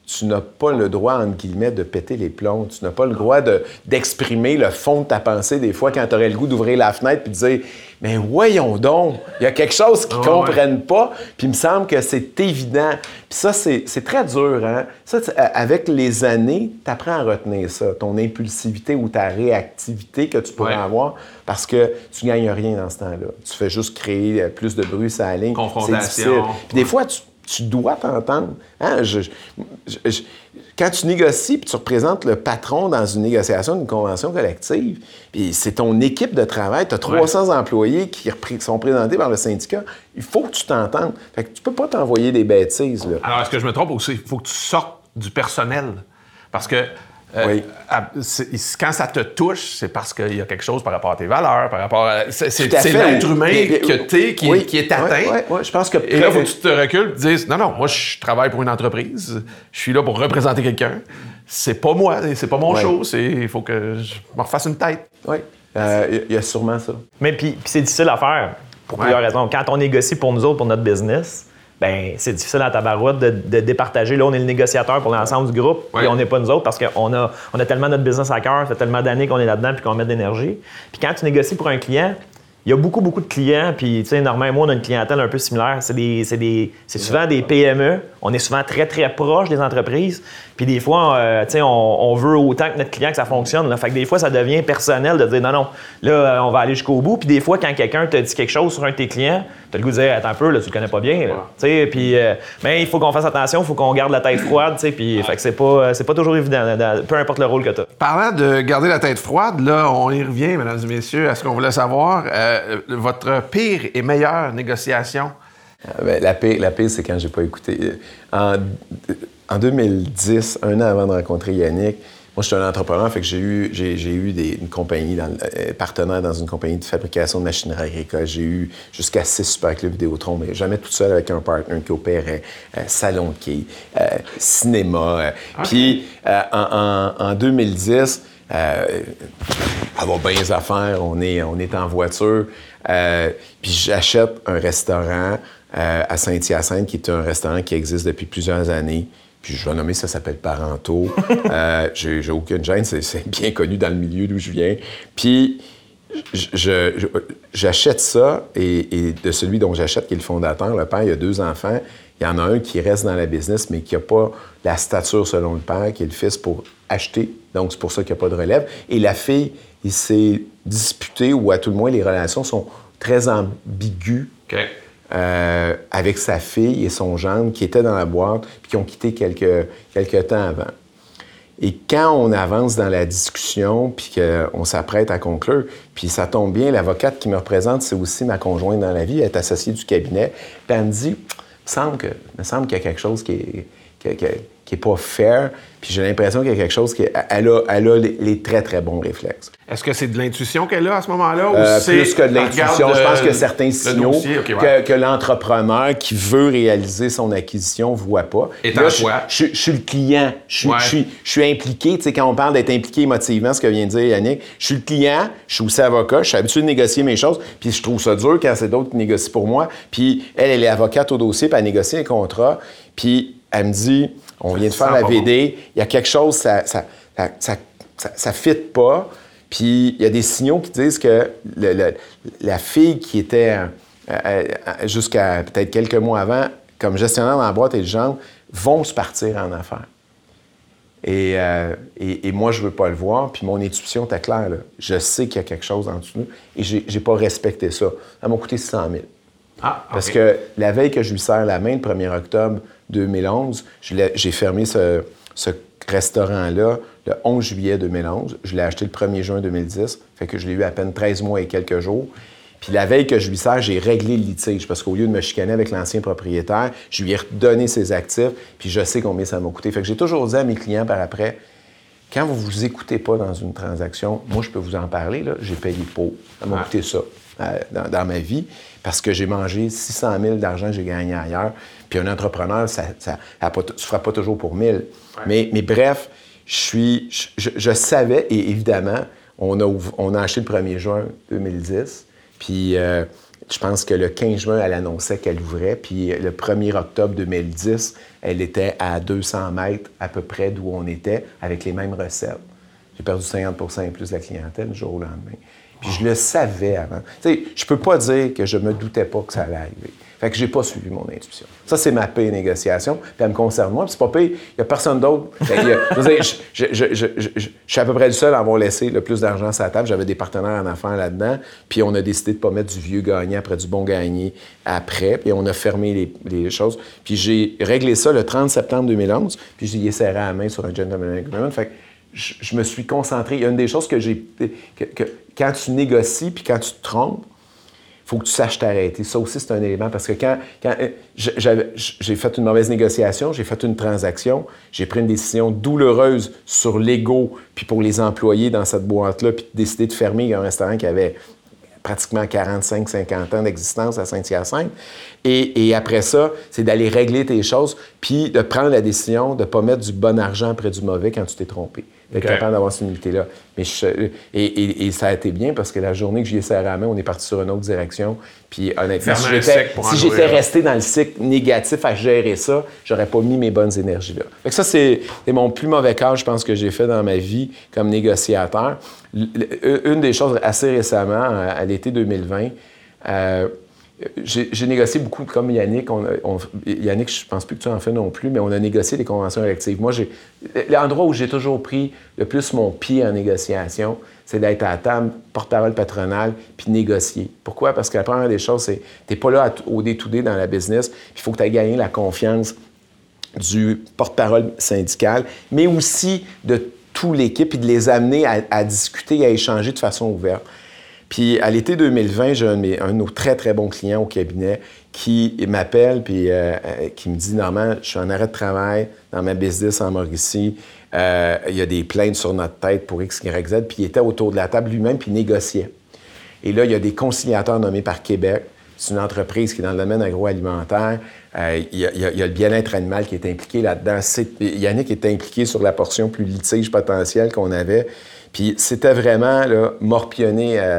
tu n'as pas le droit, entre guillemets, de péter les plombs. Tu n'as pas le droit de, d'exprimer le fond de ta pensée des fois quand tu aurais le goût d'ouvrir la fenêtre puis de dire « Mais voyons donc, il y a quelque chose qu'ils ne oh, comprennent ouais. pas. » Puis il me semble que c'est évident. Puis ça, c'est, c'est très dur. Hein? Ça, avec les années, tu apprends à retenir ça, ton impulsivité ou ta réactivité que tu pourrais ouais. avoir parce que tu ne gagnes rien dans ce temps-là. Tu fais juste créer plus de bruit sur la ligne. Confrontation. C'est difficile. Puis des fois, tu Tu dois t'entendre. Hein? Je, je, je, quand tu négocies puis tu représentes le patron dans une négociation d'une convention collective, puis c'est ton équipe de travail, tu as trois cents ouais. employés qui repr- sont présentés par le syndicat, il faut que tu t'entendes. Fait que tu peux pas t'envoyer des bêtises. Là. Alors, est-ce que je me trompe aussi? Il faut que tu sortes du personnel. Parce que euh, oui. à, quand ça te touche, c'est parce qu'il y a quelque chose par rapport à tes valeurs, par rapport à... C'est, c'est, c'est l'être humain et, que t'es qui, oui, qui est atteint. Oui, oui, oui, je pense que... Et là, il faut que tu te recules et te dises, non, non, moi, je travaille pour une entreprise, je suis là pour représenter quelqu'un. C'est pas moi, c'est pas mon oui. show, il faut que je me refasse une tête. Oui, il euh, y a sûrement ça. Mais puis c'est difficile à faire, pour plusieurs ouais. raisons. Quand on négocie pour nous autres, pour notre business... ben c'est difficile à tabarouette de, de départager. Là, on est le négociateur pour l'ensemble du groupe, puis ouais. on n'est pas nous autres parce qu'on a, on a tellement notre business à cœur, ça fait tellement d'années qu'on est là-dedans puis qu'on met de l'énergie. Puis quand tu négocies pour un client, il y a beaucoup, beaucoup de clients, puis tu sais, Normand et moi, on a une clientèle un peu similaire. C'est, des, c'est, des, c'est souvent des P M E. On est souvent très, très proche des entreprises. Puis des fois, euh, tu sais, on, on veut autant que notre client que ça fonctionne. Là. Fait que des fois, ça devient personnel de dire non, non, là, on va aller jusqu'au bout. Puis des fois, quand quelqu'un te dit quelque chose sur un de tes clients, tu as le goût de dire attends un peu, là, tu le connais pas bien. Ouais. Tu sais, puis, euh, mais il faut qu'on fasse attention, il faut qu'on garde la tête froide, tu sais. Puis, fait que c'est pas, c'est pas toujours évident, dans, peu importe le rôle que tu as. Parlant de garder la tête froide, là, on y revient, mesdames et messieurs, à ce qu'on voulait savoir. Euh, votre pire et meilleure négociation? Euh, ben, la pire, la pire, c'est quand j'ai pas écouté. En, en deux mille dix, un an avant de rencontrer Yannick, moi, je suis un entrepreneur, fait que j'ai eu, j'ai, j'ai eu des, une compagnie, dans, euh, partenaire dans une compagnie de fabrication de machinerie agricole. J'ai eu jusqu'à six Super Clubs Vidéotron, mais jamais tout seul avec un partner qui opérait euh, salon de quai, euh, cinéma. Euh, okay. Puis, euh, en, en, en deux mille dix, euh, avoir bien les affaires, on est, on est en voiture, euh, puis j'achète un restaurant euh, à Saint-Hyacinthe, qui est un restaurant qui existe depuis plusieurs années. Puis je vais nommer, ça s'appelle Parenteau. euh, j'ai, j'ai aucune gêne, c'est, c'est bien connu dans le milieu d'où je viens. Puis je, je, j'achète ça, et, et de celui dont j'achète, qui est le fondateur, le père, il a deux enfants. Il y en a un qui reste dans la business, mais qui n'a pas la stature selon le père, qui est le fils pour acheter. Donc, c'est pour ça qu'il n'y a pas de relève. Et la fille, il s'est disputé, ou à tout le moins, les relations sont très ambiguës. Okay. Euh, avec sa fille et son gendre qui étaient dans la boîte puis qui ont quitté quelques, quelques temps avant. Et quand on avance dans la discussion puis qu'on s'apprête à conclure, puis ça tombe bien, l'avocate qui me représente, c'est aussi ma conjointe dans la vie, elle est associée du cabinet, puis elle me dit, il me semble, que, il me semble qu'il y a quelque chose qui est, qui, qui, qui est pas fair, puis j'ai l'impression qu'il y a quelque chose qui... Elle a, elle a les, les très, très bons réflexes. Est-ce que c'est de l'intuition qu'elle a à ce moment-là? Ou euh, c'est... Plus que de l'intuition. Je pense que certains signaux dossier, okay, ouais. que, que l'entrepreneur qui veut réaliser son acquisition ne voit pas. Et là, je, je, je, je suis le client. Je suis, ouais. je suis, je suis impliqué. Tu sais, quand on parle d'être impliqué émotivement, ce que vient de dire Yannick, je suis le client, je suis aussi avocat, je suis habitué de négocier mes choses, puis je trouve ça dur quand c'est d'autres qui négocient pour moi. Puis elle, elle est avocate au dossier, puis elle négocie un contrat, puis elle me dit, on vient de faire la V D, il y a quelque chose, ça ça, ça, ça, ça, ça fit pas. Puis il y a des signaux qui disent que le, le, la fille qui était euh, euh, jusqu'à peut-être quelques mois avant comme gestionnaire dans la boîte et le genre vont se partir en affaires. Et, euh, et, et moi, je veux pas le voir. Puis mon intuition était claire. Là. Je sais qu'il y a quelque chose en dessous de nous et j'ai, j'ai pas respecté ça. Ça m'a coûté six cent mille. Ah, okay. Parce que la veille que je lui serre la main, le premier octobre deux mille onze, je j'ai fermé ce, ce restaurant-là le onze juillet deux mille onze. Je l'ai acheté le premier juin deux mille dix, fait que je l'ai eu à peine treize mois et quelques jours. Puis la veille que je lui sers, j'ai réglé le litige parce qu'au lieu de me chicaner avec l'ancien propriétaire, je lui ai redonné ses actifs, puis je sais combien ça m'a coûté. Fait que j'ai toujours dit à mes clients par après, quand vous vous écoutez pas dans une transaction, moi, je peux vous en parler, là, j'ai payé pour. Ça m'a ouais. coûté ça euh, dans, dans ma vie parce que j'ai mangé six cent mille d'argent que j'ai gagné ailleurs. Puis un entrepreneur, ça, ça, ça pas, tu ne feras pas toujours pour mille. Ouais. Mais, mais bref, je suis, je, je savais, et évidemment, on a, on a acheté le premier juin deux mille dix. Puis euh, je pense que le quinze juin, elle annonçait qu'elle ouvrait. Puis le premier octobre deux mille dix, elle était à deux cents mètres à peu près d'où on était, avec les mêmes recettes. J'ai perdu cinquante pour cent et plus de la clientèle le jour au lendemain. Puis je le savais avant. Tu sais, je peux pas dire que je me doutais pas que ça allait arriver. Fait que j'ai pas suivi mon intuition. Ça, c'est ma pire négociation, puis elle me concerne moi. Puis c'est pas pire, il y a personne d'autre. Ben, y a, je veux dire, je, je, je, je, je, je suis à peu près le seul à avoir laissé le plus d'argent sur la table. J'avais des partenaires en affaires là-dedans, puis on a décidé de pas mettre du vieux gagnant après du bon gagné après, puis on a fermé les, les choses. Puis j'ai réglé ça le trente septembre deux mille onze, puis j'y ai serré à la main sur un gentleman agreement. Fait que je, je me suis concentré. Il y a une des choses que j'ai... Que, que, quand tu négocies, puis quand tu te trompes, il faut que tu saches t'arrêter. Ça aussi, c'est un élément, parce que quand, quand j'avais, j'ai fait une mauvaise négociation, j'ai fait une transaction, j'ai pris une décision douloureuse sur l'ego, puis pour les employés dans cette boîte-là, puis décidé de fermer un restaurant qui avait pratiquement quarante-cinq cinquante ans d'existence à Saint-Hyacinthe. Et, et après ça, c'est d'aller régler tes choses, puis de prendre la décision de ne pas mettre du bon argent après du mauvais quand tu t'es trompé. D'être okay. capable d'avoir cette humilité-là. Mais je, et, et, et ça a été bien parce que la journée que j'y ai serré à la main, on est parti sur une autre direction. Puis honnêtement, si j'étais, si j'étais resté dans le cycle négatif à gérer ça, j'aurais pas mis mes bonnes énergies là. Fait que ça, c'est, c'est mon plus mauvais cas, je pense, que j'ai fait dans ma vie comme négociateur. Une des choses assez récemment, à l'été deux mille vingt, euh, J'ai, j'ai négocié beaucoup, comme Yannick. On, on, Yannick, je pense plus que tu en fais non plus, mais on a négocié les conventions collectives. Moi, j'ai, l'endroit où j'ai toujours pris le plus mon pied en négociation, c'est d'être à la table, porte-parole patronale, puis négocier. Pourquoi? Parce que la première des choses, c'est que tu n'es pas là à, au day-to-day dans la business, puis il faut que tu aies gagné la confiance du porte-parole syndical, mais aussi de toute l'équipe, puis de les amener à, à discuter, à échanger de façon ouverte. Puis à l'été deux mille vingt, j'ai un de, mes, un de nos très, très bons clients au cabinet qui m'appelle puis euh, qui me dit « Normand, je suis en arrêt de travail dans ma business en Mauricie. Euh, il y a des plaintes sur notre tête pour X, Y, Z. » Puis il était autour de la table lui-même puis il négociait. Et là, il y a des conciliateurs nommés par Québec. C'est une entreprise qui est dans le domaine agroalimentaire. Euh, il, y a, il y a le bien-être animal qui est impliqué là-dedans. C'est, Yannick était impliqué sur la portion plus litige potentielle qu'on avait. Puis c'était vraiment là, morpionné euh,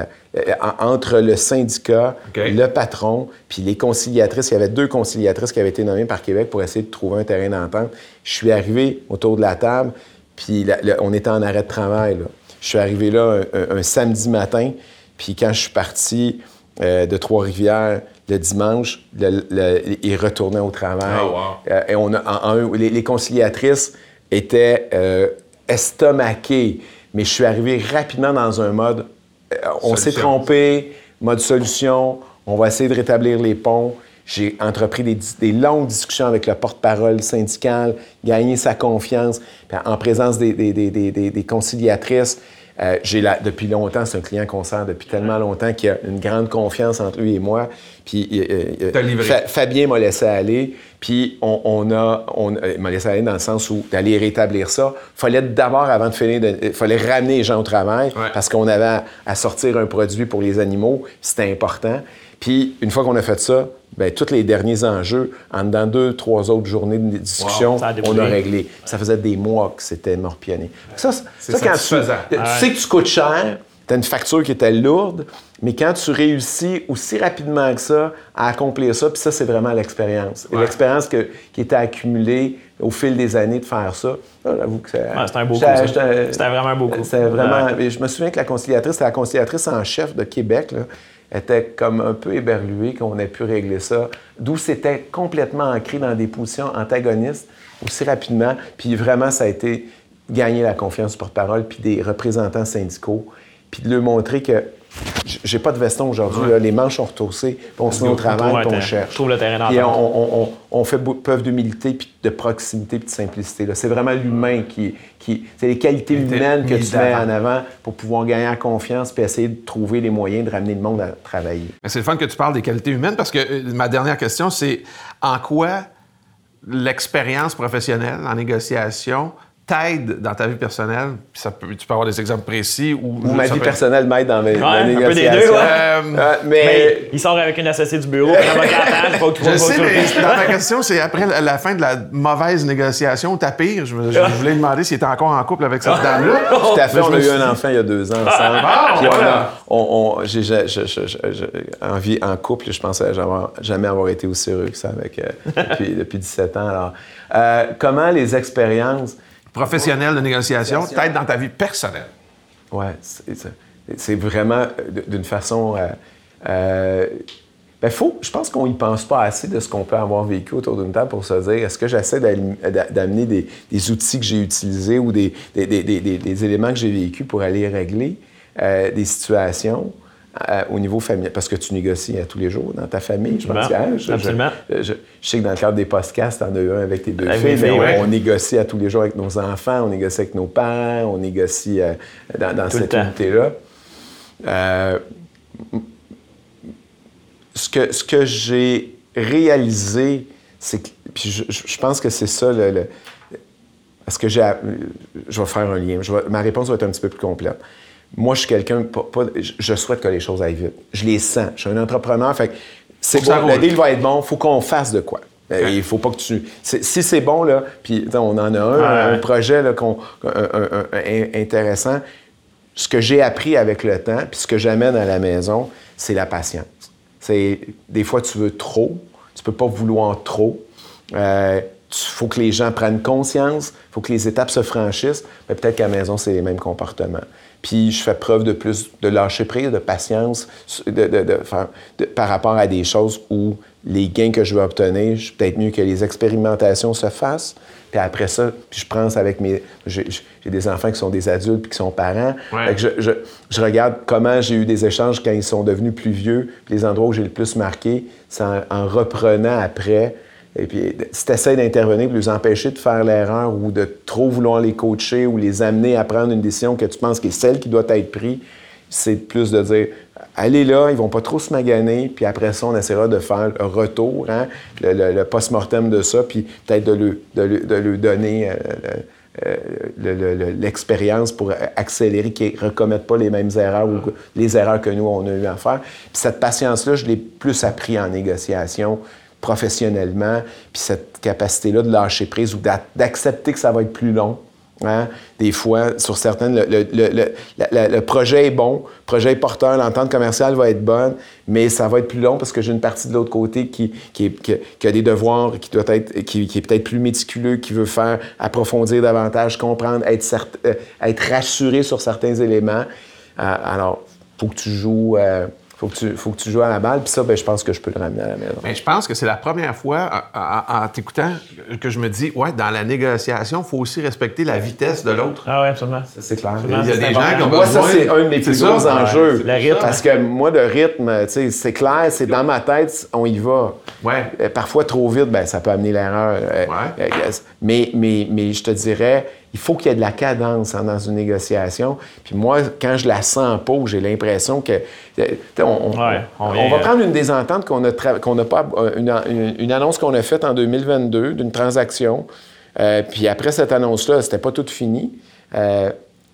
entre le syndicat, okay. le patron, puis les conciliatrices. Il y avait deux conciliatrices qui avaient été nommées par Québec pour essayer de trouver un terrain d'entente. Je suis arrivé autour de la table, puis la, la, on était en arrêt de travail. Là. Je suis arrivé là un, un, un samedi matin, puis quand je suis parti euh, de Trois-Rivières le dimanche, le, le, ils retournaient au travail. Oh, wow. euh, et on a, en, en, les, les conciliatrices étaient euh, estomaquées. Mais je suis arrivé rapidement dans un mode, euh, on s'est trompé, mode solution, on va essayer de rétablir les ponts. J'ai entrepris des, des longues discussions avec le porte-parole syndical, gagné sa confiance, puis en présence des, des, des, des, des conciliatrices. Euh, j'ai la, depuis longtemps, c'est un client qu'on sert depuis tellement longtemps qu'il y a une grande confiance entre lui et moi. Puis euh, euh, Fa- Fabien m'a laissé aller, puis on, on a, on euh, m'a laissé aller dans le sens où d'aller rétablir ça. Fallait d'abord, avant de finir, il fallait ramener les gens au travail ouais. parce qu'on avait à, à sortir un produit pour les animaux, c'était important. Puis une fois qu'on a fait ça, bien, tous les derniers enjeux, en dedans deux, trois autres journées de discussion, wow, a on a réglé. Puis ça faisait des mois que c'était morpionné. Ça, c'est ça, quand tu, tu sais que tu coûtes cher, tu as une facture qui était lourde, mais quand tu réussis aussi rapidement que ça à accomplir ça, puis ça, c'est vraiment l'expérience. Ouais. L'expérience que, qui était accumulée au fil des années de faire ça. Là, j'avoue que c'est... Ouais, c'était un beau coup, ça. C'était, c'était vraiment un beau coup. C'était vraiment... Ouais. Je me souviens que la conciliatrice, c'était la conciliatrice en chef de Québec, là, était comme un peu éberluée qu'on ait pu régler ça, d'où c'était complètement ancré dans des positions antagonistes aussi rapidement. Puis vraiment, ça a été gagner la confiance du porte-parole puis des représentants syndicaux, puis de leur montrer que j'ai pas de veston aujourd'hui, ouais. là, les manches sont retroussées, puis on se met au travail, puis on cherche. Trouve le terrain d'entente. Puis on, on, on fait preuve d'humilité, puis de proximité, puis de simplicité. Là. C'est vraiment l'humain qui, qui... C'est les qualités humaines que tu mets en avant pour pouvoir gagner en confiance, puis essayer de trouver les moyens de ramener le monde à travailler. Mais c'est le fun que tu parles des qualités humaines, parce que euh, ma dernière question, c'est en quoi l'expérience professionnelle en négociation t'aide dans ta vie personnelle? Puis ça peut, tu peux avoir des exemples précis ou... Ou ma vie peut... personnelle m'aide dans mes, ouais, ma négociation. Un peu des deux, ouais. Euh, euh, mais... mais il sort avec une associée du bureau, puis avocat attend, faut que tu Je sais, mais dans ma question, c'est après la, la fin de la mauvaise négociation, ta pire. Je, je, je voulais demander s'il était encore en couple avec cette dame-là. Tout à fait. Mais On je a me eu suis un dit- enfant il y a deux ans ensemble. Ah, Puis on voilà. a- on- on- j'ai, j'ai- j'ai- j'ai- j'ai- en vie, en couple, je pensais jamais, jamais avoir été aussi heureux que ça avec, euh, depuis, depuis dix-sept ans. Alors, euh, comment les expériences... Professionnel de négociation, t'aide dans ta vie personnelle. Ouais, c'est, c'est- c'est vraiment euh, d'une façon... Euh, euh, ben faut, je pense qu'on n'y pense pas assez de ce qu'on peut avoir vécu autour d'une table pour se dire, est-ce que j'essaie d'amener des, des outils que j'ai utilisés ou des, des, des, des, des éléments que j'ai vécus pour aller régler euh, des situations euh, au niveau familial? Parce que tu négocies à tous les jours dans ta famille, je pense. Absolument. Hein, je, Absolument. Je, je, je sais que dans le cadre des podcasts, t'en as eu un avec tes deux Avec filles, mes filles, mais on, ouais. on négocie à tous les jours avec nos enfants, on négocie avec nos parents, on négocie euh, dans, dans Tout le cette temps. unité-là. Euh, ce que, ce que j'ai réalisé, c'est que... Puis je, je- je pense que c'est ça le... le- parce que j'ai... app- Je vais faire un lien. Je vais- ma réponse va être un petit peu plus complète. Moi, je suis quelqu'un... Pas, pas- je- je souhaite que les choses aillent vite. Je les sens. Je suis un entrepreneur, fait que c'est Faut que ça bon, le roule. deal va être bon, il faut qu'on fasse de quoi. Euh, Il faut pas que tu... c'est- si c'est bon, là, puis tu sais, on en a un, Ouais. un projet là, qu'on, un- un- un- un- intéressant. Ce que j'ai appris avec le temps, puis ce que j'amène à la maison, c'est la patience. C'est, des fois, tu veux trop, tu peux pas vouloir trop. Euh, il faut que les gens prennent conscience, il faut que les étapes se franchissent, mais peut-être qu'à la maison, c'est les mêmes comportements. Puis je fais preuve de plus de lâcher prise, de patience de, de- de faire- de- par rapport à des choses où les gains que je veux obtenir, je- peut-être mieux que les expérimentations se fassent. Puis après ça, puis je pense avec mes... J'ai, j'ai des enfants qui sont des adultes puis qui sont parents. Ouais. Fait que je, je- je regarde comment j'ai eu des échanges quand ils sont devenus plus vieux. Puis les endroits où j'ai le plus marqué, c'est en, en reprenant après. Et puis, si tu essaies d'intervenir pour les empêcher de faire l'erreur ou de trop vouloir les coacher ou les amener à prendre une décision que tu penses qui est celle qui doit être prise, c'est plus de dire, allez là, ils vont pas trop se maganer, puis après ça, on essaiera de faire un retour, hein, le, le- le post-mortem de ça, puis peut-être de lui, de lui- de lui donner euh, euh, le- le- le- l'expérience pour accélérer, qu'ils ne recommettent pas les mêmes erreurs ou que- les erreurs que nous, on a eu à faire. Puis cette patience-là, je l'ai plus appris en négociation, professionnellement, puis cette capacité-là de lâcher prise ou d'a- d'accepter que ça va être plus long. Hein? Des fois, sur certaines, le, le- le- le- la- la- le projet est bon, le projet est porteur, l'entente commerciale va être bonne, mais ça va être plus long parce que j'ai une partie de l'autre côté qui, qui, est- qui- qui a des devoirs, qui doit être, qui, qui est peut-être plus méticuleux, qui veut faire approfondir davantage, comprendre, être, cert- euh, être rassuré sur certains éléments. Euh, alors, faut que tu joues... euh, Faut que, tu, faut que tu joues à la balle, puis ça, ben, je pense que je peux le ramener à la maison. Mais je pense que c'est la première fois, en, en- en t'écoutant, que je me dis, ouais, dans la négociation, il faut aussi respecter la vitesse de l'autre. Ah oui, absolument. Ça, c'est clair. Absolument, Il y a c'est des gens important. qui ont Moi, ça, besoin- c'est un de mes plus C'est gros ça? enjeux. Le rythme. Parce que moi, le rythme, tu sais, c'est clair, c'est dans ma tête, on y va. Ouais. Euh, Parfois, trop vite, ben, ça peut amener l'erreur. Euh, Ouais. euh, mais, mais, mais je te dirais, il faut qu'il y ait de la cadence hein, dans une négociation. Puis moi, quand je la sens pas, j'ai l'impression que... euh, on, on- Ouais, on on vient, va euh, prendre une désentente qu'on a, tra- qu'on a pas... euh, Une, une- une annonce qu'on a faite en deux mille vingt-deux d'une transaction. Euh, puis après cette annonce-là, c'était pas tout fini. Euh,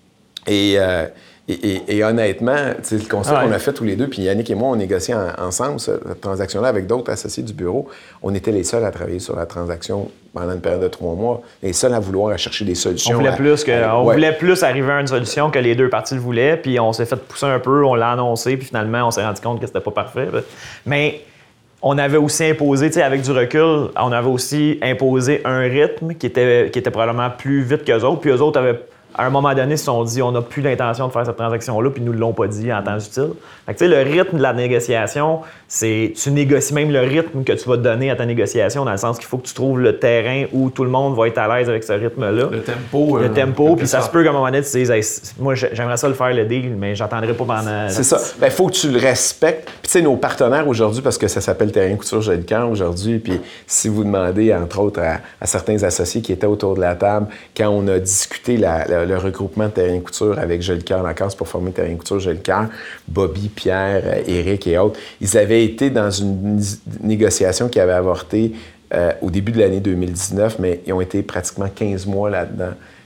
et, euh, et, et- et honnêtement, tu sais, le conseil Ouais. qu'on a fait tous les deux, puis Yannick et moi, on négociait en- ensemble cette transaction-là avec d'autres associés du bureau. On était les seuls à travailler sur la transaction pendant une période de trois mois, les seuls à vouloir à chercher des solutions. On voulait à- plus que, à- on ouais. voulait plus arriver à une solution que les deux parties le voulaient, puis on s'est fait pousser un peu, on l'a annoncé, puis finalement on s'est rendu compte que c'était pas parfait. Mais on avait aussi imposé, tu sais, avec du recul, on avait aussi imposé un rythme qui était, qui était probablement plus vite qu'eux autres, puis eux autres avaient, à un moment donné, se sont dit on n'a plus l'intention de faire cette transaction-là, puis ils nous l'ont pas dit en temps utile. Fait que, tu sais, le rythme de la négociation, c'est tu négocies même le rythme que tu vas te donner à ta négociation, dans le sens qu'il faut que tu trouves le terrain où tout le monde va être à l'aise avec ce rythme-là. Le tempo. Le euh, tempo, puis ça ça se peut qu'à un moment donné, tu dises, Hey, c- moi, j'ai- j'aimerais ça le faire, le deal, mais j'attendrai pas pendant. C'est ça. Il faut que tu le respectes. Puis, tu sais, nos partenaires aujourd'hui, parce que ça s'appelle Terrain Couture Jolicoeur aujourd'hui, puis si vous demandez, entre autres, à, à certains associés qui étaient autour de la table, quand on a discuté la- la- le regroupement de Terrain Couture avec Jolicoeur Lacasse pour former Terrain Couture Jolicoeur, Bobby, Pierre, euh, Éric et autres, ils avaient été dans une n- négociation qui avait avorté euh, au début de l'année deux mille dix-neuf, mais ils ont été pratiquement quinze mois là-dedans.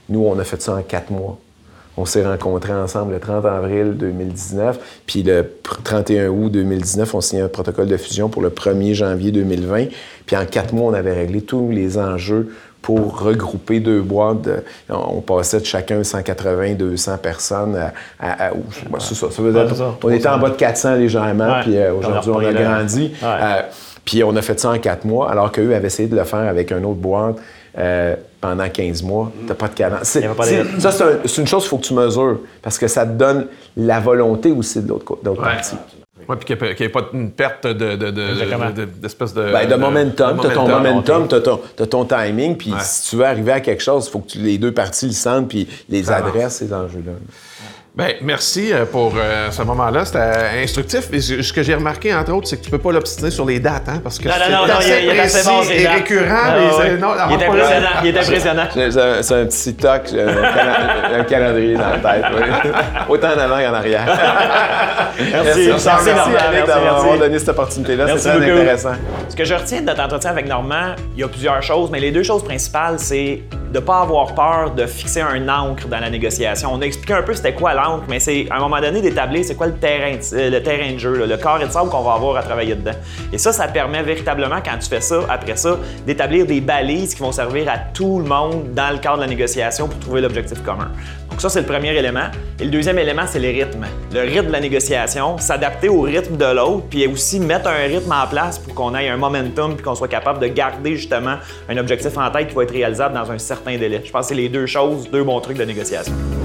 Nous, on a fait ça en quatre mois. On s'est rencontrés ensemble le trente avril deux mille dix-neuf, puis le trente et un août deux mille dix-neuf, on signait un protocole de fusion pour le premier janvier deux mille vingt. Puis en quatre mois, on avait réglé tous les enjeux pour regrouper deux boîtes. De, on passait de chacun cent quatre-vingts, deux cents personnes à... à, à ben, c'est ça, ça veut dire, ouais, ça, on était en bas de quatre cents légèrement, ouais, puis euh, aujourd'hui, on a grandi. Ouais. Euh, puis on a fait ça en quatre mois, alors qu'eux avaient essayé de le faire avec une autre boîte euh, pendant quinze mois. T'as pas de cadence. C'est, c'est, ça, c'est, un, c'est une chose qu'il faut que tu mesures, parce que ça te donne la volonté aussi de l'autre, d'autre ouais. partie. Oui, puis qu'il n'y ait pas une perte de, de, de, de, d'espèce de... Bien, de momentum. Tu as ton momentum, tu as ton timing, puis ouais. si tu veux arriver à quelque chose, il faut que tu, les deux parties le sentent, puis les ça adressent, avance. Ces enjeux-là. Bien, merci pour euh, ce moment-là. C'était instructif. Et ce que j'ai remarqué, entre autres, c'est que tu peux pas l'obstiner sur les dates, hein, parce que non, c'est non, non, assez il, précis il bon, et récurrent. Ah, et ouais. non, il, est impressionnant, il est impressionnant. C'est, c'est un petit toc, un, cal- un calendrier dans la tête. Oui. Autant en avant qu'en arrière. merci. Merci, merci, merci, merci Yannick d'avoir merci. donné cette opportunité-là. Merci c'est très beaucoup. Intéressant. Ce que je retiens de notre entretien avec Normand, il y a plusieurs choses, mais les deux choses principales, c'est de ne pas avoir peur de fixer un ancre dans la négociation. On a expliqué un peu c'était quoi l'ancre, mais c'est à un moment donné d'établir c'est quoi le terrain, le terrain de jeu, là, le carré de sable qu'on va avoir à travailler dedans. Et ça, ça permet véritablement, quand tu fais ça, après ça, d'établir des balises qui vont servir à tout le monde dans le cadre de la négociation pour trouver l'objectif commun. Donc ça, c'est le premier élément. Et le deuxième élément, c'est les rythmes. Le rythme de la négociation, s'adapter au rythme de l'autre, puis aussi mettre un rythme en place pour qu'on ait un momentum puis qu'on soit capable de garder justement un objectif en tête qui va être réalisable dans un certain délai. Je pense que c'est les deux choses, deux bons trucs de négociation.